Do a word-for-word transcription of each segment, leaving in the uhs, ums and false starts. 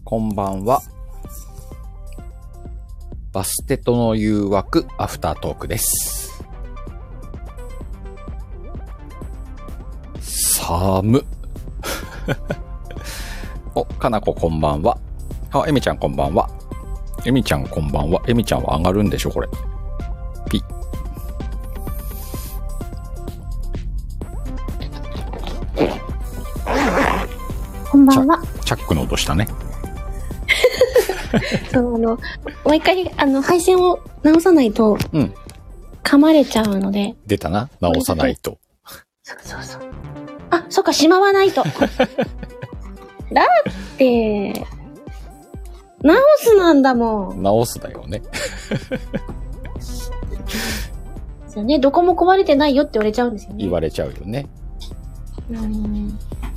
こんばんは。バステとの誘惑アフタートークです。寒お、かなここんばんは。あ、えみちゃんこんばんは。えみちゃんこんばんは。えみちゃんは上がるんでしょこれ。ピ。 こんばんは。 チャックの音したね。 そう、あの、もう一回、あの、配線を直さないと、うん。噛まれちゃうので。 出たな。直さないと。 そうそうそう。あ、そっか、しまわないと。だって、直すなんだもん。 直すだよね。 ですよね。どこも壊れてないよって言われちゃうんですよね。 言われちゃうよね。 うん。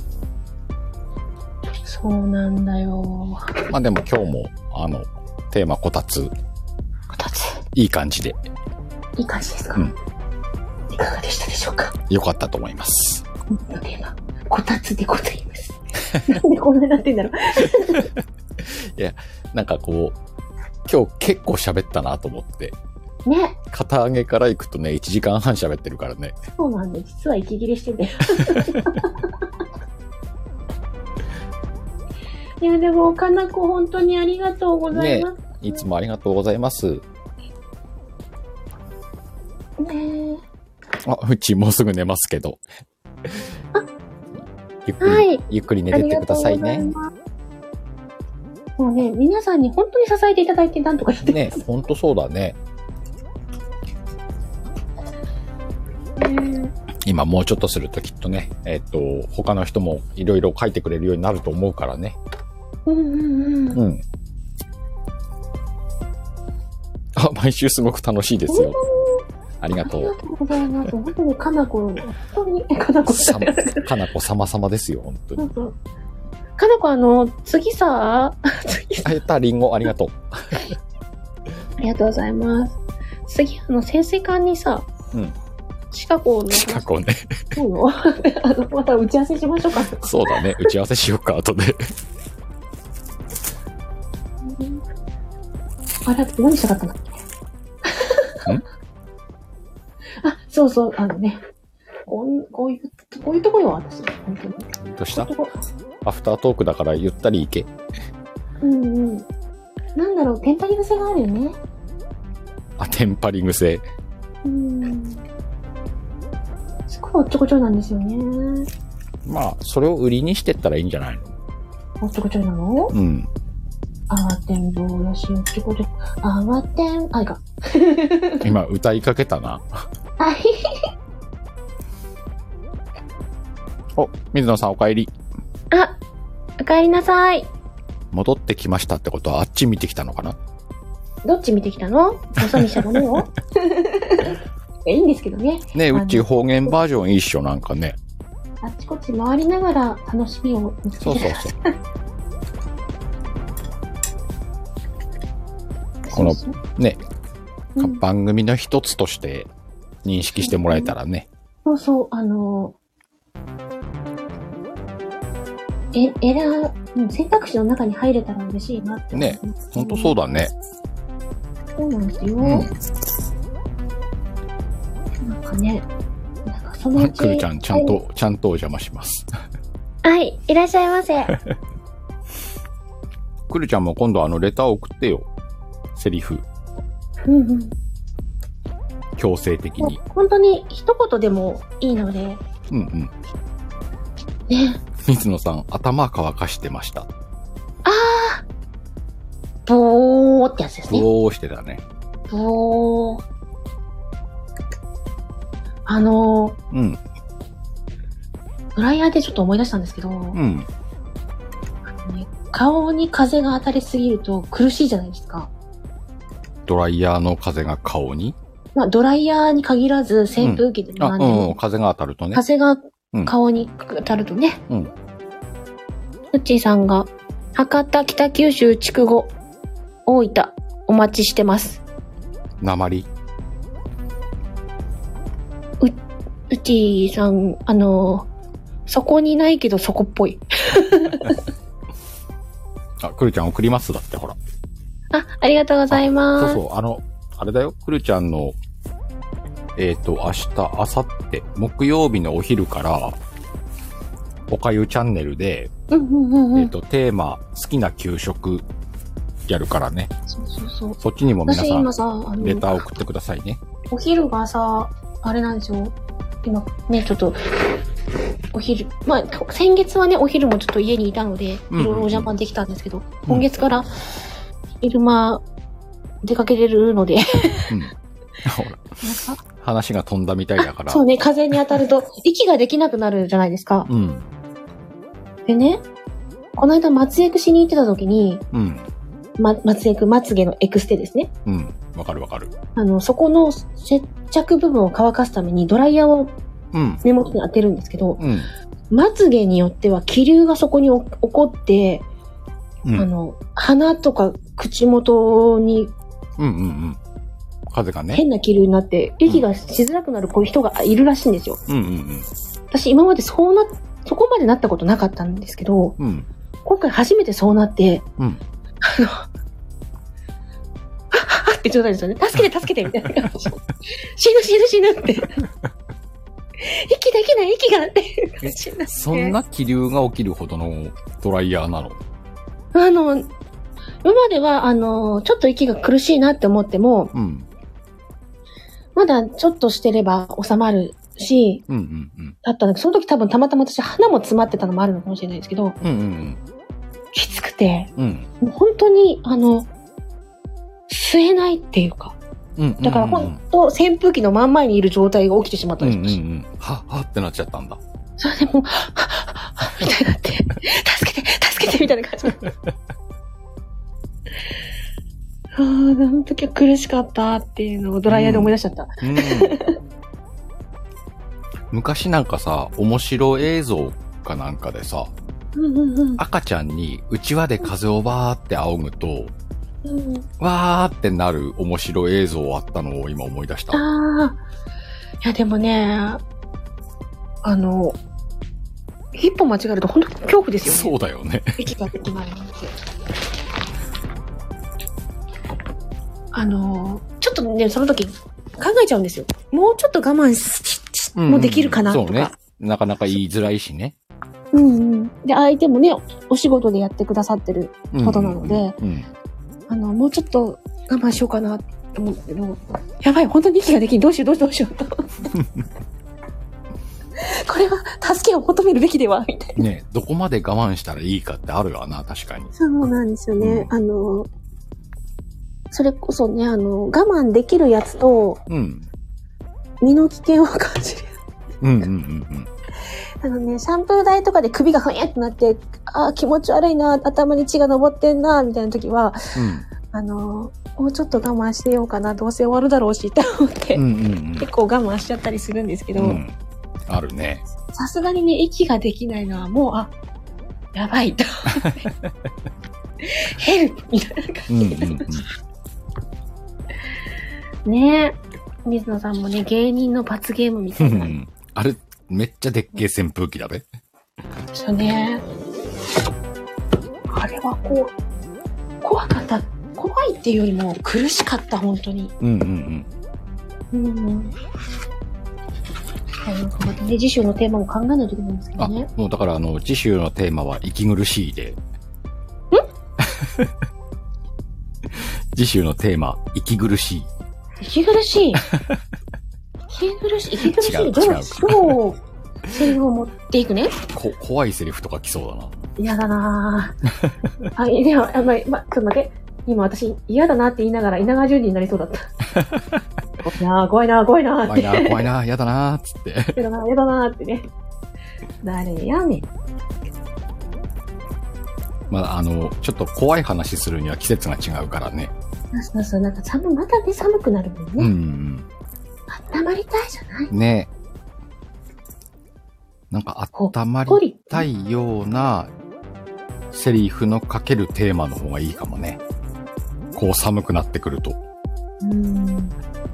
そうなんだよ。 まあでも今日も、あの、テーマこたつ。 こたつ。 いい感じで。 いい感じですか？うん。いかがでしたでしょうか？ よかったと思います。 本日のテーマ、こたつでございます。なんでこんなになってんだろう。 いや、なんかこう、今日結構喋ったなと思って。 ね。 片上げから行くとね、いちじかんはん喋ってるからね。 そうなんで、実は息切れしてて。いや、でも、かなこ本当にありがとうございます。ね、 いつもありがとうございます。 ねえ。 あ、うちもうすぐ寝ますけど。ゆっくり、はい、ゆっくり寝てってくださいね。 もうね、皆さんに本当に支えていただいてなんとかやってね、本当そうだね。ね、今もうちょっとするときっとね、えっと、他の人もいろいろ書いてくれるようになると思うからね。 うんうんうん。うん。 あ、毎週すごく楽しいですよ。ありがとう。 ありがとうございます。本当にかなこ、本当に、かなこさん。かなこ様々ですよ、本当に。そうそう。 かなこ、あの、次さ、 次さ。あ、やった、リンゴ、ありがとう。 ありがとうございます。次、あの、潜水艦にさ、うん。シカゴの。 シカゴね。 そうよ。あの、また打ち合わせしましょうか。 そうだね。打ち合わせしようか、後で。 あれ、何したかったんだっけ？んあ、そうそう、あのね。こう、こういう、こういうとこよ、私。本当に。 どうした？アフタートークだからゆったり行け。 うんうん。なんだろう、テンパリ癖があるよね。 あ、テンパリ癖。 うん。すごいおっちょこちょいなんですよね。 まあ、それを売りにしてったらいいんじゃないの？ おっちょこちょいなの？うん。あわてんぼうよしおっちょこちょい。あわてん、あいか。 今、歌いかけたな。 はい。 お、水野さんお帰り。 あ、お帰りなさい。 戻ってきましたってことはあっち見てきたのかな？ どっち見てきたの？よそ見しちゃダメよ。いいんですけどね。 ねえ、うち方言バージョンいいっしょ、なんかね。 あっちこっち回りながら楽しみを見つけて。 そうそうそう。このね、うん、番組の一つとして認識してもらえたらね。 そうそう、あの、え、エラー、選択肢の中に入れたら嬉しいなって思います。 ね、ほんとそうだね。 そうなんですよ。うん、なんかね、なんかそのうち。 くるちゃん、ちゃんと、はい、ちゃんとお邪魔します。 はい、いらっしゃいませ。 くるちゃんも今度あのレター送ってよ。セリフ。 うんうん。 強制的に。 本当に一言でもいいので。 うんうん。 ね。 水野さん、頭乾かしてました。ああぼーってやつですね。 ぼーしてたね。 ぼー。あのー、うん。ドライヤーでちょっと思い出したんですけど、うん。顔に風が当たりすぎると苦しいじゃないですか。 ドライヤーの風が顔に？ まあ、ドライヤーに限らず扇風機でも何でも、 うんうん、風が当たるとね。 風が顔に当たるとね。うん。うっちーさんが、博多北九州筑後大分お待ちしてます。 なまり。 う、うっちーさん、あの、そこにないけどそこっぽい。 あ、くるちゃん送りますだってほら。 あ、ありがとうございます。 そうそう、あの、あれだよ、くるちゃんの、えっと、明日、明後日、木曜日のお昼から、おかゆチャンネルで、 うんうんうんうん、 えっと、テーマ、好きな給食、やるからね。 そうそうそう。 そっちにも皆さん、 今さ、あのレター送ってくださいね。 お昼がさ、あれなんですよ。今、ね、ちょっと、お昼、まあ、先月はね、お昼もちょっと家にいたので、いろいろお邪魔できたんですけど、うんうんうん、今月から、昼間、出かけれるので、うん。 ほら。話が飛んだみたいだから。 そうね、風に当たると、息ができなくなるじゃないですか。うん。でね、この間、松江区しに行ってた時に、うん。ま、松江区、まつげのエクステですね。 うん。わかるわかる。 あの、そこの接着部分を乾かすためにドライヤーを根元に当てるんですけど、うん、まつげによっては気流がそこに起こって、うん、あの、鼻とか口元に、 うんうんうん。風がね。 変な気流になって、息がしづらくなるこういう人がいるらしいんですよ。うんうんうん。私今までそうな、そこまでなったことなかったんですけど、うん、今回初めてそうなって、うん、あの、はっはっって状態ですよね。助けて助けてみたいな感じ。死ぬ死ぬ死ぬって。息できない息がっていう感じになって。 そんな気流が起きるほどのドライヤーなの？ あの、今までは、あの、ちょっと息が苦しいなって思っても、うん、まだちょっとしてれば収まるし、うんうんうん、だったんだけど、その時多分たまたま私鼻も詰まってたのもあるのかもしれないですけど、うんうんうん、きつくて、うん、もう本当に、あの、吸えないっていうか、うんうんうん、だから本当扇風機の真ん前にいる状態が起きてしまったんです、うんうんうん、 はっはってなっちゃったんだ。 それでもう、はっはっはっみたいになって、助けて助けてみたいな感じ。ああ、あの時は苦しかったっていうのをドライヤーで思い出しちゃった。うんうん、 昔なんかさ、面白映像かなんかでさ、うんうんうん、赤ちゃんにうちわで風をバーって仰ぐと、うん、わーってなる面白映像あったのを今思い出した。 ああ。いやでもね、あの、一歩間違えると本当に恐怖ですよね。 そうだよね。 息ができないなんて。あの、ちょっとね、その時考えちゃうんですよ。もうちょっと我慢し、うん、もできるかなとか。そうね。 なかなか言いづらいしね。 うんうん。で、相手もね、お仕事でやってくださってることなので、うんうんうん、あの、もうちょっと我慢しようかなって思うけど、やばい、本当に息ができん、どうしようどうしようどうしようと。これは助けを求めるべきではみたいな。 ね、どこまで我慢したらいいかってあるよな、確かに。 そうなんですよね。うん、あの、それこそね、あの、我慢できるやつと、うん、身の危険を感じる。うんうんうんうん。あのね、シャンプー台とかで首がふにゃってなって、ああ、気持ち悪いな、頭に血が上ってんな、みたいな時は、うん、あの、もうちょっと我慢してようかな、どうせ終わるだろうし、って思って、うんうんうん、結構我慢しちゃったりするんですけど、うん、 あるね。 さすがにね、息ができないのはもう、あ、やばいと思って、ヘルプみたいな感じで。うんうんうん、ねえ、水野さんもね、芸人の罰ゲームみたいな。 あれ、めっちゃでっけえ扇風機だべ。 そうね。あれはこう、怖かった。怖いっていうよりも苦しかった、本当に。うんうんうん。うんうん。なんかまたね、次週のテーマも考えないといけないんですけどね。 あ、もうだからあの、次週のテーマは息苦しいで。ん次週のテーマ、息苦しい。 息苦しい息苦しい息苦しいどう、どう、セリフを持っていくね。 こ、怖いセリフとか来そうだな。 嫌だなぁ。あ、いや、あんまり、ま、ちょっと待って。今私、嫌だなって言いながら稲川淳二になりそうだった。怖いなぁ、怖いなぁ、怖いなぁって。 怖いなぁ、怖いなぁ、嫌だなぁ、つって。 嫌だなぁ、嫌だなぁってね。誰やねん。 まあ、あの、ちょっと怖い話するには季節が違うからね。 そうそう、なんか寒、またね、寒くなるもんね。うん。温まりたいじゃないね。なんか温まりたいようなセリフのかけるテーマの方がいいかもね。こう寒くなってくると。うん。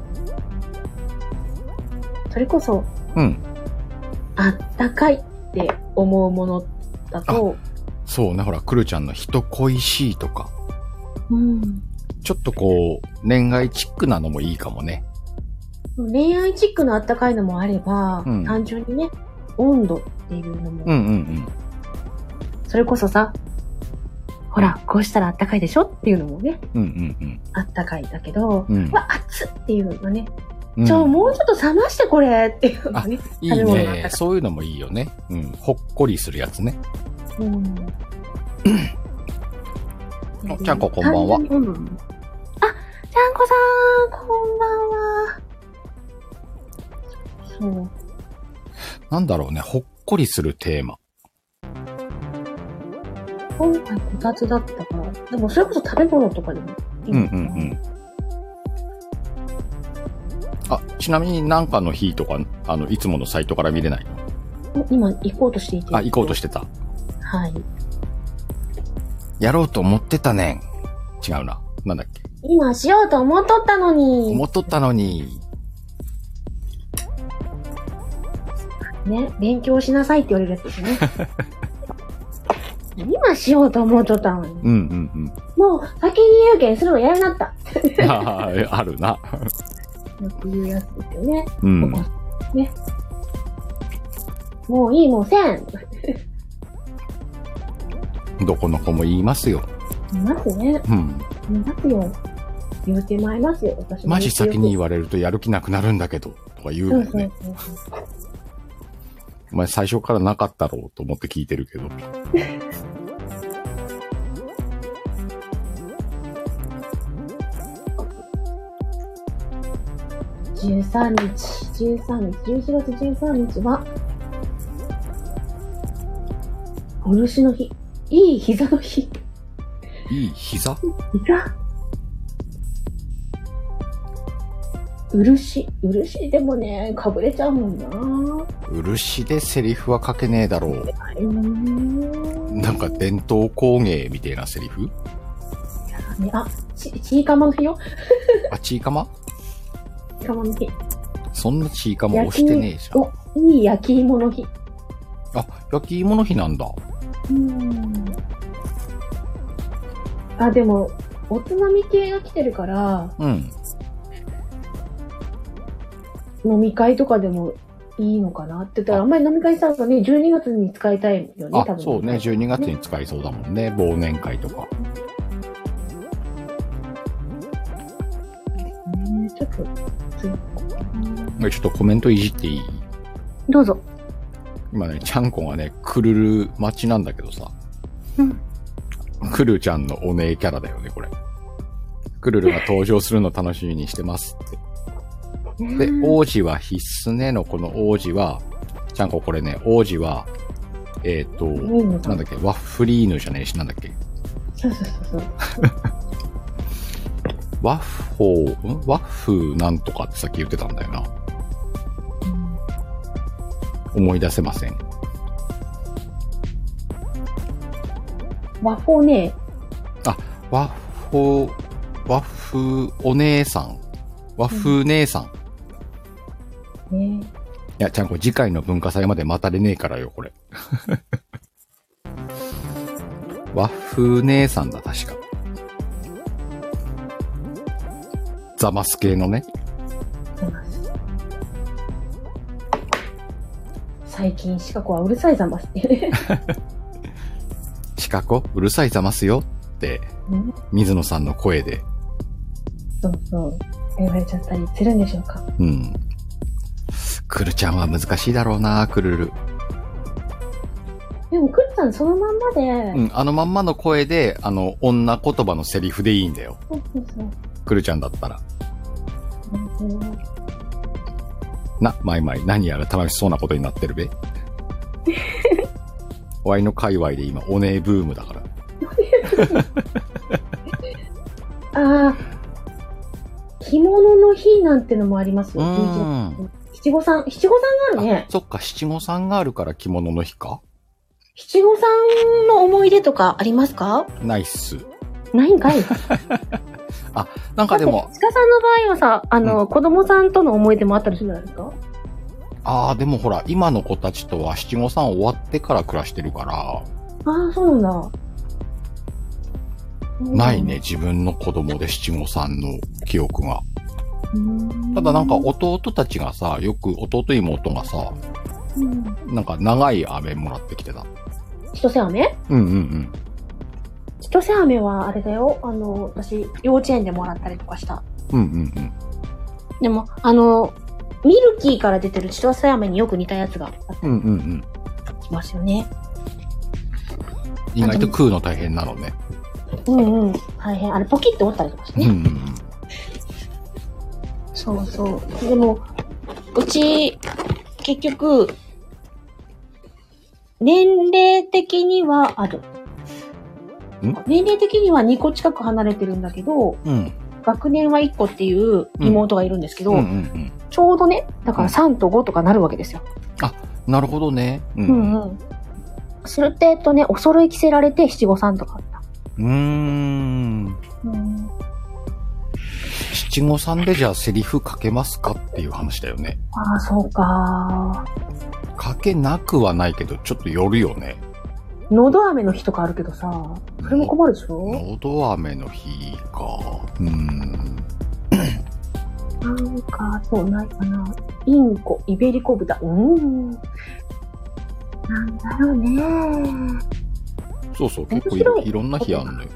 それこそ、うん。あったかいって思うものだと、 そうね、ほら、くるちゃんの人恋しいとか。 うん。 ちょっとこう、恋愛チックなのもいいかもね。 恋愛チックのあったかいのもあれば、うん、単純にね、温度っていうのも。 うんうんうん。それこそさ、ほら、こうしたらあったかいでしょっていうのもね。 うんうんうん。 あったかいだけど、うん、わ、熱っっていうのがね。うん、ちょ、もうちょっと冷ましてこれっていうのがね。 いいね。そういうのもいいよね。うん。ほっこりするやつね。 うん。 ちゃんここんばんは。うん。あ、ちゃんこさん、こんばんは。そう。 なんだろうね、ほっこりするテーマ。 今回こたつだったから、でもそれこそ食べ物とかでもいいのかな。うんうんうん。 あ、ちなみになんかの日とか、あの、いつものサイトから見れないの？今行こうとしていて。 あ、行こうとしてた。 はい。 やろうと思ってたねん。違うな。なんだっけ。 今しようと思っとったのに。 思っとったのに。 ね、勉強しなさいって言われるやつですね。今しようと思っとったのに。 うんうんうん。 もう先に言うけんするのやらなった。 あ, あるな。 よく言うやつですよね。 うん。 ね。もういいもうせん。 どこの子も言いますよ。 言いますね。 うん。 言いますよ。言うてまいりますよ。私も。 マジ先に言われるとやる気なくなるんだけど、とか言うよね。そうそうそうそう。お前最初からなかったろうと思って聞いてるけど。 じゅうさんにち、じゅうさんにち、じゅういちがつじゅうさんにちは、漆の日。いい膝の日。 いい膝？ 膝？漆。漆でもね、かぶれちゃうもんな。 漆でセリフは書けねえだろう。なんか伝統工芸みたいなセリフ？ あ、ち、ちいかまの日よ。 あ、ちいかま？ ちいかまの日。 そんなちいかま押してねえじゃん。 お、いい焼き芋の日。 あ、焼き芋の日なんだ。 うーん。あ、でも、おつまみ系が来てるから、 うん。 飲み会とかでもいいのかなって言ったら、あんまり飲み会したらね、じゅうにがつに使いたいよね、 多分。そうね、じゅうにがつに使いそうだもんね、忘年会とか。 ね、ちょっと、ついちょっとコメントいじっていい？ どうぞ。 今ね、ちゃんこがね、くるる待ちなんだけどさ。 うん。 くるちゃんのお姉キャラだよね、これ。くるるが登場するの楽しみにしてますって。で、王子は必須ねのこの王子は、ちゃんここれね、王子は、えっ、ー、と、なんだっけ、ワッフリーヌじゃねえし、なんだっけ。 そうそうそうそう。 ワッフォー、んワッフなんとかってさっき言ってたんだよな。うん、思い出せません。 ワッフォーね。 あ、ワッフォー、ワッフお姉さん。ワッフ姉さん。 うん、ねいや、ちゃんこ次回の文化祭まで待たれねえからよ、これ。ワッフ姉さんだ、確か。ザマス系のね。 最近シカゴはうるさいザマスってね。 シカゴうるさいざますよって、水野さんの声で。 そうそう。言われちゃったりするんでしょうか。 うん。くるちゃんは難しいだろうな、くるる。 でもくるちゃんそのまんまで。 うん、あのまんまの声で、あの、女言葉のセリフでいいんだよ。 そうそうそう。 くるちゃんだったら。 うん、 な、まいまい、何やら楽しそうなことになってるべ。ワイの界隈で今、お姉ブームだから。 ああ。着物の日なんてのもありますよ。七五三、七五三があるね。 そっか、七五三があるから着物の日か。 七五三の思い出とかありますか？ ないっす。 ないんかい。 あ、なんかでも。 鹿さんの場合はさ、あの、うん、子供さんとの思い出もあったりするんじゃないですか？ ああ、でもほら、今の子たちとは七五三終わってから暮らしてるから。 ああ、そうなんだ。 ないね、自分の子供で七五三の記憶が。ただなんか弟たちがさ、よく弟妹がさ、うん、なんか長い飴もらってきてた。 千歳飴？ うんうんうん。 千歳飴はあれだよ。あの、私、幼稚園でもらったりとかした。 うんうんうん。 でも、あの、ミルキーから出てる千歳飴によく似たやつがあったりうんうんうん。 しますよね。 意外と食うの大変なのね。 うんうん。大変。あれ、ポキって折ったりとかしてね。うんうんうん。そうそう。でも、うち、結局、年齢的にはある。年齢的にはにこ近く離れてるんだけど、うん、学年はいっこっていう妹がいるんですけど、うんうんうんうん、ちょうどね、だからさんとごとかなるわけですよ。 うん、あ、なるほどね。 うんうんうん。するってとね、お揃い着せられて七五三とかあった。 うーん。うん七五三でじゃあセリフ書けますかっていう話だよね。 ああ、そうか。 書けなくはないけど、ちょっと寄るよね。 のど飴の日とかあるけどさ、それも困るでしょ？ のど飴の日か。うーん。 なんか、そうないかな。インコ、イベリコ豚。うーん。なんだろうね。 そうそう、結構い ろ, いろんな日あんのよ。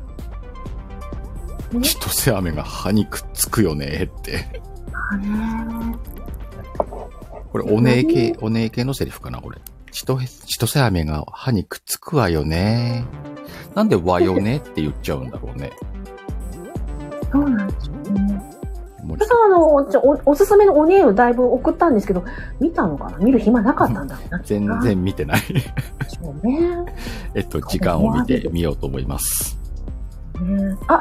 千歳飴が歯にくっつくよねって。 あね。 これ、お姉系、お姉系のセリフかな、これ。千歳飴が歯にくっつくわよね。なんでわよねって言っちゃうんだろうね。 そうなんですよね。私はあのお、おすすめのお姉をだいぶ送ったんですけど、見たのかな？見る暇なかったんだろうな。 全然見てない。 そうね。 えっと、時間を見てみようと思います。 ね、あ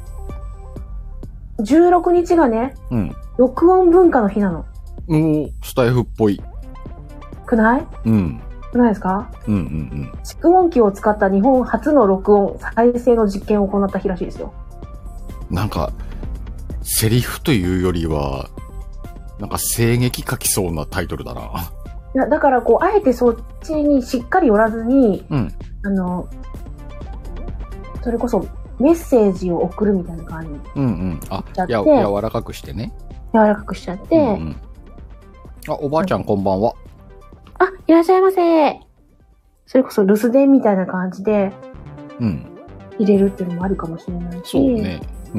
じゅうろくにちがね、 うん、 録音文化の日なの。 おー、スタイフっぽい。 くない？ うん。 くないですか？ うんうんうん。 蓄音機を使った日本初の録音、再生の実験を行った日らしいですよ。 なんか、セリフというよりは、なんか声劇書きそうなタイトルだな。 いや、だからこう、あえてそっちにしっかり寄らずに、 うん、 あの、それこそメッセージを送るみたいな感じ。 うんうん。あ、や、柔らかくしてね。 柔らかくしちゃって。うんうん、 あ、おばあちゃんこんばんは。 あ、いらっしゃいませ。それこそ留守電みたいな感じで、 うん。 入れるっていうのもあるかもしれないし。 そうね。うん。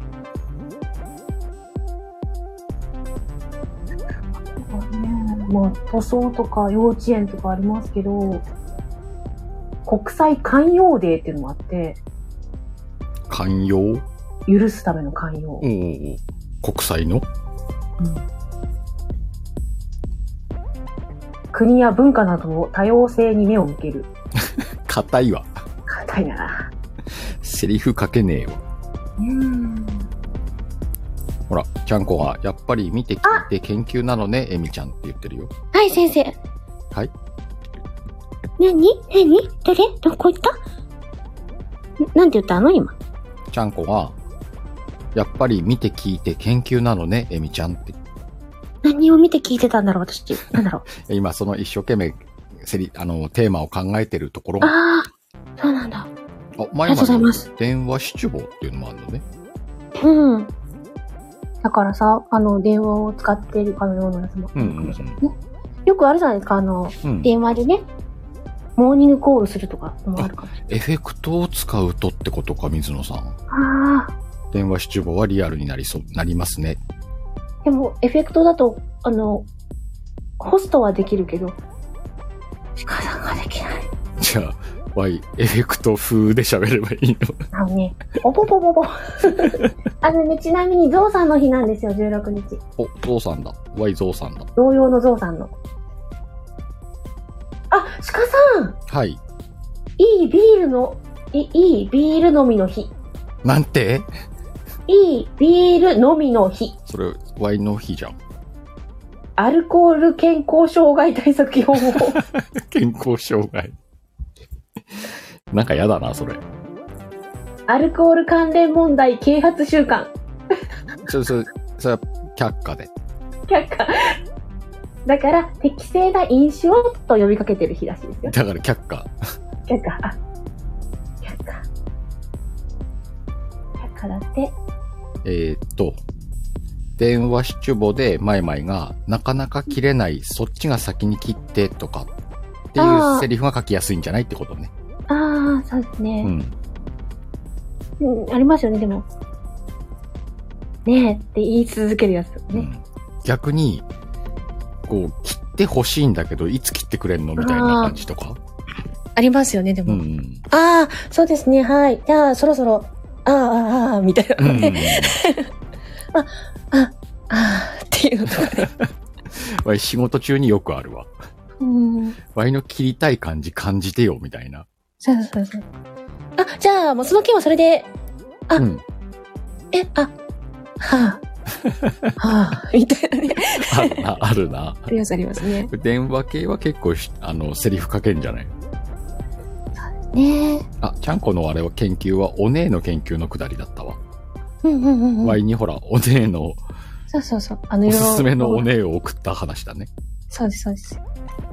まあ、塗装とか幼稚園とかありますけど、国際寛容デーっていうのもあって、 寛容？ 許すための寛容。 おー、国際の？うん。 国や文化などの多様性に目を向ける。 硬いわ。 硬いな。 セリフ書けねえよ。 うん。 ほら、ちゃんこが、やっぱり見て聞いて研究なのね、エミちゃんって言ってるよ。 はい、先生。 はい。 なに？なに？誰？どこ行った？なんて言ったの今。 ちゃんこが、やっぱり見て聞いて研究なのね、エミちゃんって。 何を見て聞いてたんだろう、私。なんだろう。今、その一生懸命、セリ、あの、テーマを考えてるところ。 ああ、そうなんだ。 あ、前まで電話七五っていうのもあるのね。 うん。だからさ、あの、電話を使っているかのようなやつもあるかもしれないね。うんうんうん、よくあるじゃないですか、あの、うん、電話でね、モーニングコールするとかもあるかもしれない。 エフェクトを使うとってことか、水野さん。 ああ。 電話七五はリアルになりそう、なりますね。 でも、エフェクトだと、あの、ホストはできるけど、鹿さんができない。 じゃあ、ワイ、エフェクト風で喋ればいいの？ あのね、ポポポポポ。あのね、ちなみにゾウさんの日なんですよ、じゅうろくにち。 お、ゾウさんだ。ワイゾウさんだ。 同様のゾウさんの。あ、鹿さん！ はい。 いいビールの、いいいビール飲みの日。 なんて？ いいビール飲みの日。 それ、ワイの日じゃん。 アルコール健康障害対策基本法。 健康障害。なんかやだな、それ。 アルコール関連問題啓発週間。 それ、それ、それは却下で。 却下。だから、適正な飲酒をと呼びかけてる日らしいですよ。 だから却下。 却下、あ、却下。却下だって。 えー、っと、電話シチュボでマイマイがなかなか切れない、そっちが先に切ってとかっていうセリフが書きやすいんじゃないってことね。 ああ、そうですね。うん。うん、ありますよね、でも。ねえって言い続けるやつね。うん、 逆に、こう、切って欲しいんだけど、いつ切ってくれんのみたいな感じとか。 ありますよね、でも。 うん、 ああ、そうですね、はい。じゃあ、そろそろ、ああ、ああ、みたいなね。うん、あ、あ、ああ、っていうのがね。 わい、仕事中によくあるわ。 うん。 わいの切りたい感じ感じてよ、みたいな。 そうそうそう。あ、じゃあ、もうその件はそれで、あ、うん、え、あ、はぁ、はぁ、みたいなね。 あるな、あるな。 ありますありますね。 電話系は結構、あの、セリフ書けんじゃない？ そうですね。 あ、ちゃんこのあれは研究は、お姉の研究のくだりだったわ。 うんうんうん、うん。 ワイにほら、お姉の、 そうそうそう。あの、 おすすめのお姉を送った話だね。 そうです、そうです。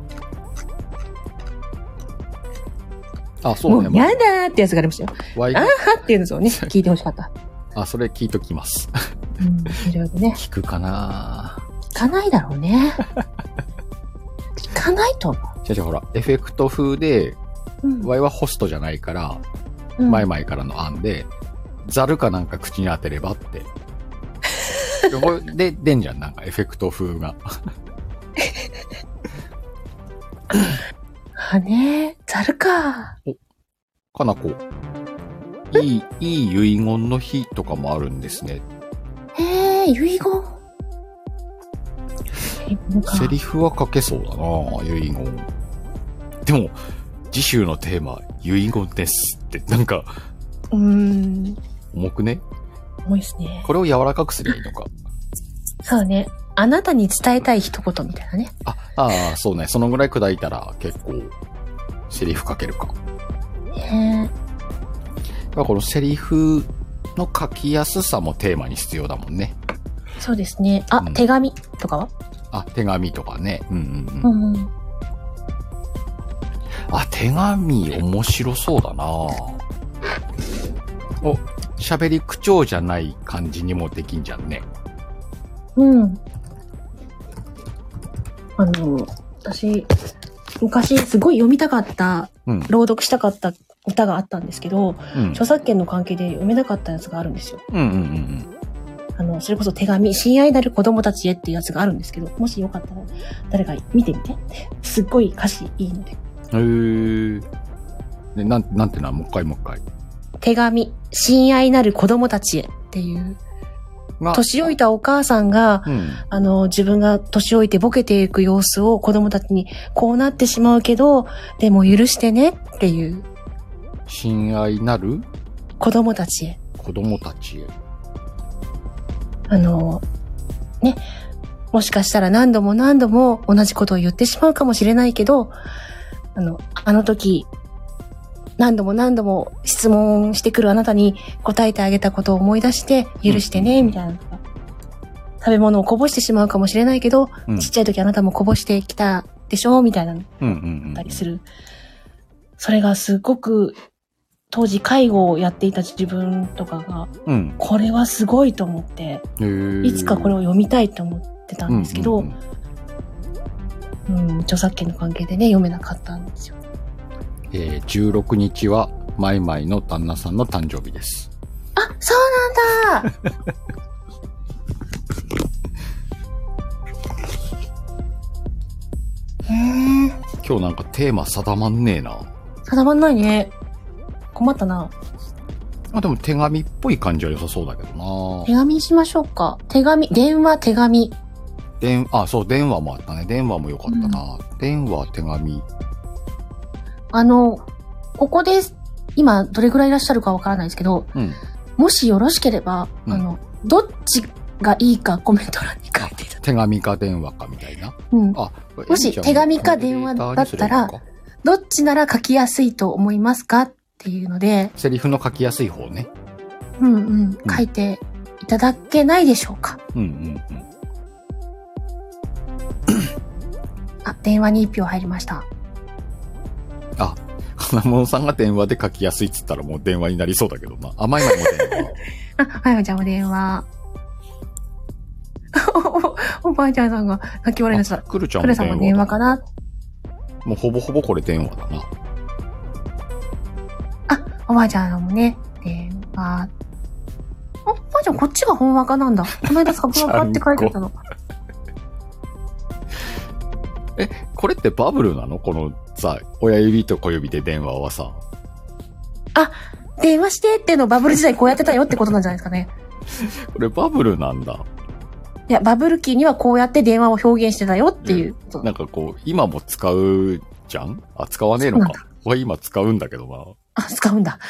あ、そうね。 もうやだーってやつがありましたよ。 ワイあーはっていうんですよね。聞いてほしかった。 あ、それ聞いときます。 うん、いろいろね。 聞くかな聞かないだろうね。聞かないと思う。 じゃじゃほら、エフェクト風で、うん、ワイはホストじゃないから、うん、前々からの案で、ザルかなんか口に当てればって。で、出んじゃん、なんかエフェクト風が。 あねー、ザルか。 お、かなこ。いい、いい遺言の日とかもあるんですね。 へえ、遺言セリフは書けそうだな、遺言。でも、次週のテーマ、遺言ですって、なんか、 うーん。 重くね？ 重いですね。 これを柔らかくすりゃいいのか。 そうね。あなたに伝えたい一言みたいなね。 あ、ああ、そうね。そのぐらい砕いたら結構、セリフ書けるか。 へえ。 このセリフの書きやすさもテーマに必要だもんね。 そうですね。あ、うん、手紙とかは？ あ、手紙とかね。うんうんうん。うんうん、あ、手紙面白そうだな。お、喋り口調じゃない感じにもできんじゃんね。 うん。あの、私、昔すごい読みたかった、うん、朗読したかった歌があったんですけど、うん、著作権の関係で読めなかったやつがあるんですよ。 うんうんうんうん。あの、それこそ手紙、親愛なる子供たちへっていうやつがあるんですけど、もしよかったら誰か見てみて。すっごい歌詞いいので。へー。ね、なん、なんていうのはもう一回もう一回。 手紙、親愛なる子供たちへっていう。年老いたお母さんが、うん、あの、自分が年老いてボケていく様子を子供たちにこうなってしまうけど、でも許してねっていう。 親愛なる子供たちへ。 子供たちへ。 あの、ね、もしかしたら何度も何度も同じことを言ってしまうかもしれないけど、あの、あの時、何度も何度も質問してくるあなたに答えてあげたことを思い出して許してね、うん、みたいな。食べ物をこぼしてしまうかもしれないけど、うん、ちっちゃい時あなたもこぼしてきたでしょみたいなのあったりする。それがすごく当時介護をやっていた自分とかが、うん、これはすごいと思って、いつかこれを読みたいと思ってたんですけど、うんうんうんうん、著作権の関係でね、読めなかったんですよ。 えー、じゅうろくにちはマイマイの旦那さんの誕生日です。 あ、そうなんだへー。 今日なんかテーマ定まんねえな。 定まんないね。困ったな。 あ、でも手紙っぽい感じは良さそうだけどな。 手紙にしましょうか。手紙、電話、手紙。 電、あ、そう、電話もあったね。電話も良かったな。うん、電話、手紙。 あの、ここで、今、どれぐらいいらっしゃるかわからないですけど、うん、もしよろしければ、うん、あの、どっちがいいかコメント欄に書いていただ手紙か電話かみたいな。 うん。あ、もし手紙か電話だったら、どっちなら書きやすいと思いますかっていうので。 セリフの書きやすい方ね。 うんうん。書いていただけないでしょうか。 うんうんうん。 あ、電話に一票入りました。 あ、 粉ものさんが電話で書きやすいっつったらもう電話になりそうだけどな。甘いまいも電話。 あ、はい、じゃあお電話。お, おばあちゃんさんが泣き笑いになっちゃった。 くるちゃんも電話。 くるさんも電話かな。 もうほぼほぼこれ電話だな。 あ、おばあちゃんもね、電話。あ、おばあちゃんこっちが本話かなんだ。この間サブ話かって書いてあったの。 え、これってバブルなの？このさ、親指と小指で電話はさ。 あ、電話してっていうのをバブル時代こうやってたよってことなんじゃないですかね。 これバブルなんだ。 いや、バブル期にはこうやって電話を表現してたよっていう。 なんかこう、今も使うじゃん？あ、使わねえのか。俺今使うんだけどな。 あ、使うんだ。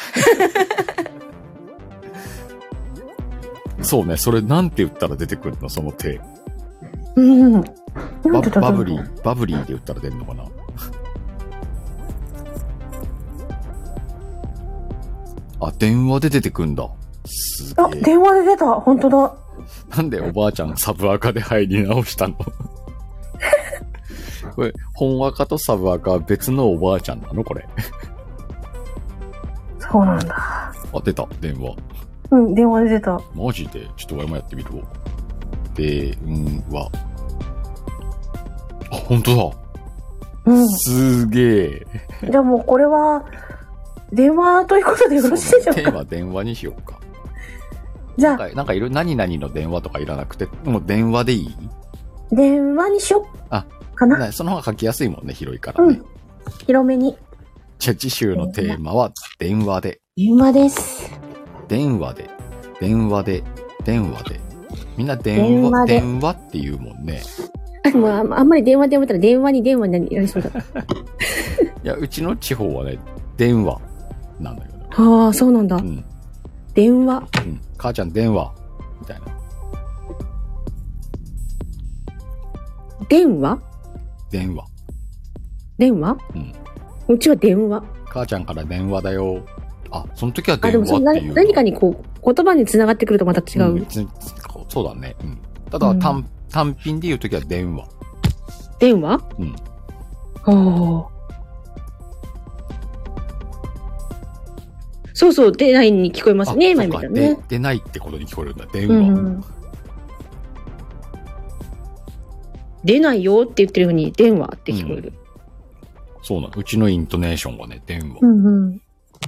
そうね、それなんて言ったら出てくるの？その手。 うん。 バ, バブリー、バブリーで言ったら出るのかな。あ、電話で出てくんだ。すげえ。 あ、電話で出た。本当だ。 なんでおばあちゃんサブアカで入り直したの？これ、本アカとサブアカは別のおばあちゃんなのこれ。 そうなんだ。 あ、出た、電話。 うん、電話で出た。 マジで？ちょっと俺もやってみるわ。電話。あ、本当だ。うん。すげえ。 じゃあもうこれは、電話ということでよろしいでしょうか？ テーマ電話にしようか。 じゃあ。 なんか、なんかいる、何々の電話とかいらなくて、もう電話でいい？ 電話にしよっあ、 かな。 その方が書きやすいもんね、広いからね。うん。 広めに。 じゃあ次週のテーマは、電話で。 電話です。 電話で。電話で。電話で。みんな電話、電話って言うもんね。 もうあんまり電話で思ったら電話に電話になりそうだ。いや、うちの地方はね、電話なんだよね。 ああ、そうなんだ。うん。電話。 うん。母ちゃん電話。みたいな。 電話？ 電話。 電話？うん。うちは電話。 母ちゃんから電話だよ。あ、その時は電話っていう。 あ、でも何かにこう、言葉に繋がってくるとまた違う。うん、別にそうだね。うん。ただ、単、うん、単品で言う時は電話。 電話？うん。ああ。そうそう、出ないに聞こえますね、今みたいなね。 出ないってことに聞こえるんだ、電話。うん、 出ないよって言ってるふうに、電話って聞こえる。 うん、そうなの。うちのイントネーションはね、電話。 うんうん。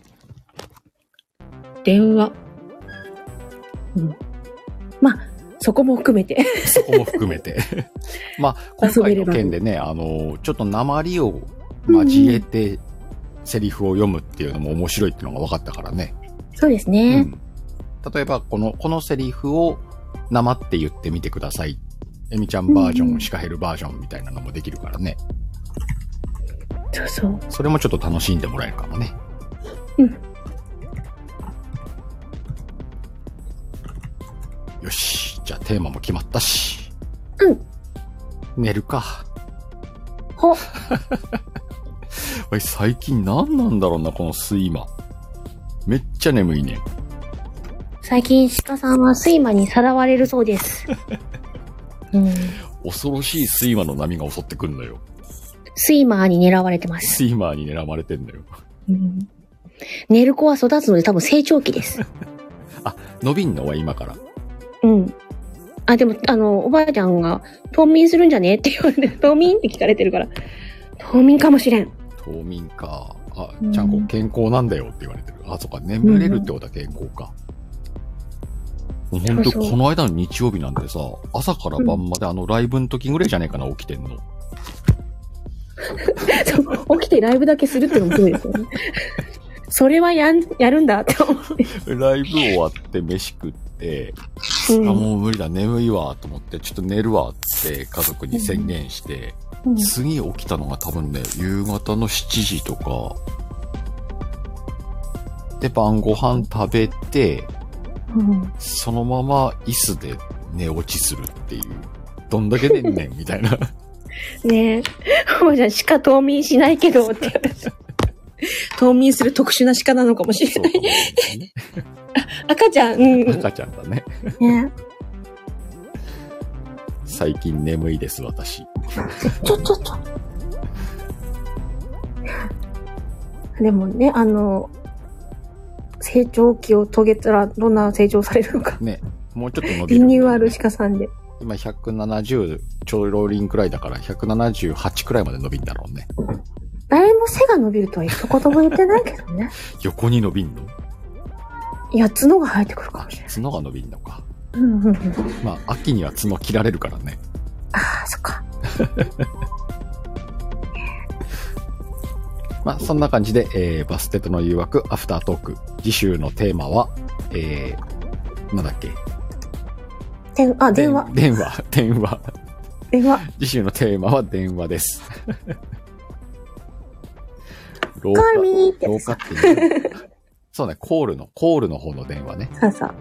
電話。うん。まあ、そこも含めて。 そこも含めて。まあ、今回の件でね、あの、ちょっと訛を交えて、うん、セリフを読むっていうのも面白いっていうのが分かったからね。 そうですね。うん、 例えば、この、このセリフを生って言ってみてください。えみちゃんバージョン、うん、シカヘルバージョンみたいなのもできるからね。 そうそう。 それもちょっと楽しんでもらえるかもね。 うん。 よし。じゃあテーマも決まったし。 うん。 寝るか。 ほ。 最近何なんだろうな、この睡魔。めっちゃ眠いね。 最近鹿さんは睡魔にさらわれるそうです。 うん、恐ろしい睡魔の波が襲ってくるのよ。 睡魔に狙われてます。 睡魔に狙われてんだよ。 うん、寝る子は育つので多分成長期です。 あ、伸びんのは今から。 うん。あ、でも、あの、おばあちゃんが、冬眠するんじゃねって言われて、冬眠って聞かれてるから、冬眠かもしれん。 冬眠か。あ、ちゃんこ健康なんだよって言われてる。うん、あ、そっか、眠れるってことは健康か。うん、ほんと、この間の日曜日なんてさ、朝から晩まであのライブの時ぐらいじゃねえかな、起きてんの。 そう、起きてライブだけするってのもすごいですよね。それはやん、やるんだって思って。 ライブ終わって飯食って、うん、あ、もう無理だ、眠いわと思って、ちょっと寝るわって家族に宣言して、うんうん、次起きたのが多分ね、夕方のしちじとか、で、晩ご飯食べて、うん、そのまま椅子で寝落ちするっていう。どんだけ寝んねんみたいな。 ねえ。おばあちゃん、鹿冬眠しないけどって言われて。冬眠する特殊な鹿なのかもしれない。そうかもね、赤ちゃん、うん。 赤ちゃんだね。 ね、 最近眠いです、私。 ちょ、ちょ、ちょ。 でもね、あの、成長期を遂げたらどんな成長されるのか。 ね。もうちょっと伸びる、 リニューアル鹿さんで。 今ひゃくななじゅうちょろりんくらいだからひゃくななじゅうはちくらいまで伸びんだろうね。 誰も背が伸びるとは一言も言ってないけどね。 横に伸びんの？ いや、角が生えてくるかもしれない。 角が伸びんのか。 うんうんうん。 まあ、秋には角切られるからね。 ああ、そっか。 まあ、そんな感じで、えー、バステとの誘惑、アフタートーク。次週のテーマは、えー、なんだっけ。 電、あ、電話。 電話、電話。 電話。 次週のテーマは電話です。廊下。コールミーって。 廊下ってね。そうね、コールの、コールの方の電話ね。 そうそう。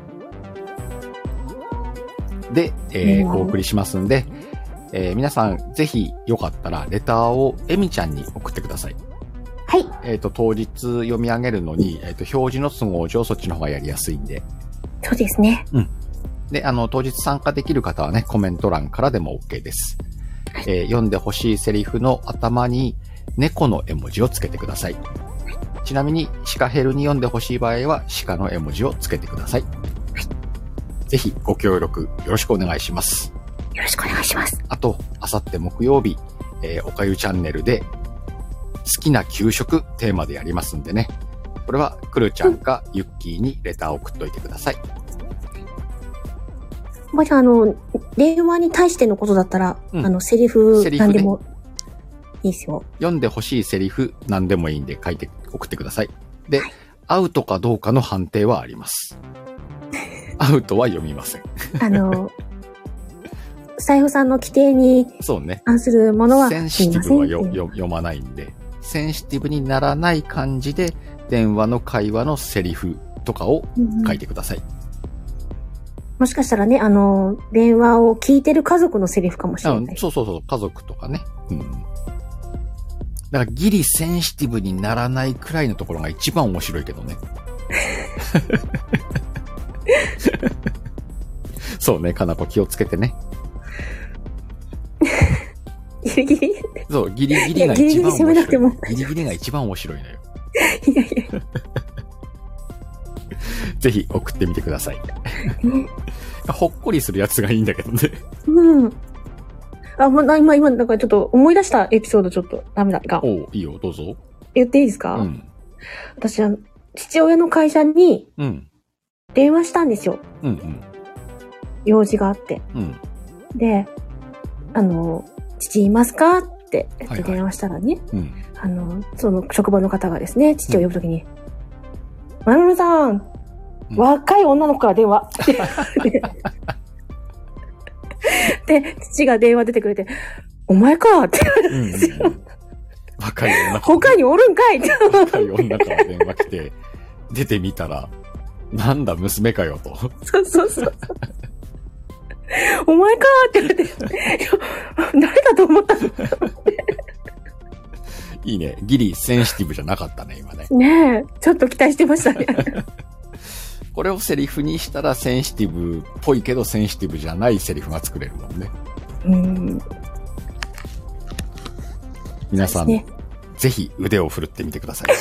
で、えー、お送りしますんで、えー、皆さん、ぜひ、よかったら、レターをエミちゃんに送ってください。 はい。 えっと、当日読み上げるのに、えっと、表示の都合上そっちの方がやりやすいんで。 そうですね。 うん。で、あの、当日参加できる方はね、コメント欄からでも OK です。はい、えー、読んでほしいセリフの頭に猫の絵文字をつけてください。はい、ちなみに、シカヘルに読んでほしい場合は、シカの絵文字をつけてください。はい、ぜひ、ご協力よろしくお願いします。 よろしくお願いします。 あと、あさって木曜日、えー、おかゆチャンネルで、好きな給食テーマでやりますんでね。これは、くるちゃんかユッキーにレターを送っといてください。 おばちゃん、あの、電話に対してのことだったら、うん、あの、セリフ、なんでもいいですよ。 読んでほしいセリフ、なんでもいいんで書いて、送ってください。で、はい、アウトかどうかの判定はあります。アウトは読みません。 あの、スタイフさんの規定に関するものは、 センシティブはよよ読まないんで、センシティブにならない感じで、電話の会話のセリフとかを書いてください。うんうん、 もしかしたらね、あの、電話を聞いてる家族のセリフかもしれない。 そうそうそう、家族とかね。うん。だからギリセンシティブにならないくらいのところが一番面白いけどね。そうね、かなこ気をつけてね。 ギリギリそう、ギリギリが一番面白い。ギリギリ攻めなくても。ギリギリが一番面白いのよ。 いやいや。 ぜひ送ってみてください。ほっこりするやつがいいんだけどね。 うん。あ、まあ、今、今、だからちょっと思い出したエピソードちょっとダメだが。 おう、いいよ、どうぞ。 言っていいですか？うん。私は、父親の会社に、うん。電話したんですよ。うんうん。用事があって。うん。で、あの、父いますかって、えっと、電話したらね、はいはい、うん、あの、その職場の方がですね、父を呼ぶときに、まるるさん、うん、若い女の子から電話で、父が電話出てくれて、お前かって言われるんですよ。うんうん、 若い女。 他におるんかいって。 若い女から電話来て、出てみたら、なんだ娘かよと。 そうそうそう。お前かーって言われて、誰だと思ったのいいね。ギリセンシティブじゃなかったね、今ね。 ねえ、ちょっと期待してましたね。 これをセリフにしたらセンシティブっぽいけどセンシティブじゃないセリフが作れるもんね。うん。皆さん、ね、ぜひ腕を振るってみてください。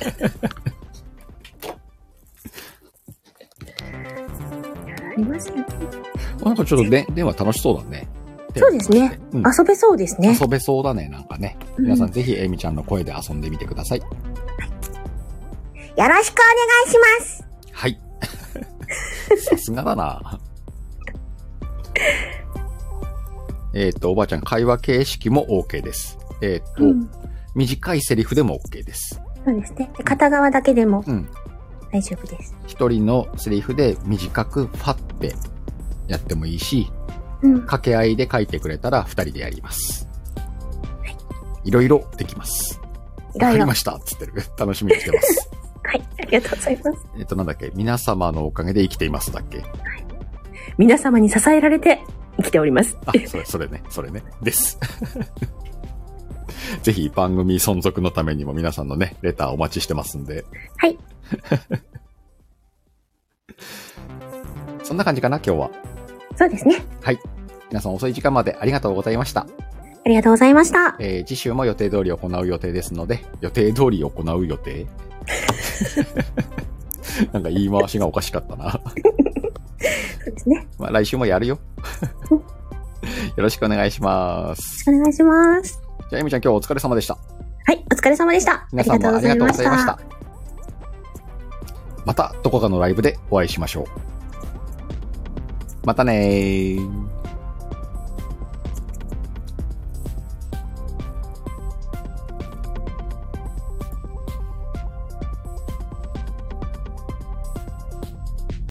ありますよね。 なんかちょっとで電話楽しそうだね。 そうですね、うん。遊べそうですね。 遊べそうだね、なんかね。うん、皆さんぜひエミちゃんの声で遊んでみてください。はい、 よろしくお願いします。 はい。さすがだな。えっと、おばあちゃん、会話形式も OK です。えっと、うん、短いセリフでも OK です。 そうですね。片側だけでも大丈夫です。 一、うん、人のセリフで短くファってやってもいいし、うん、掛け合いで書いてくれたら二人でやります。はい。いろいろできます。わかりましたっつってる。楽しみにしてます。 はい。ありがとうございます。 えっと、なんだっけ、皆様のおかげで生きていますだっけ。はい。 皆様に支えられて生きております。 あ、それ、それね、それね。です。ぜひ番組存続のためにも皆さんのね、レターお待ちしてますんで。 はい。 そんな感じかな、今日は。 そうですね。 はい。皆さん遅い時間までありがとうございました。あありがとうございました。 えー、次週も予定通り行う予定ですので、予定通り行う予定なんか言い回しがおかしかったな。 そうですね。 まあ来週もやるよ。よろしくお願いします。 お願いします。 じゃあ、エミちゃん今日お疲れ様でした。 はい、お疲れ様でした。 皆さんもありがとうございました。またどこかのライブでお会いしましょう。またねー。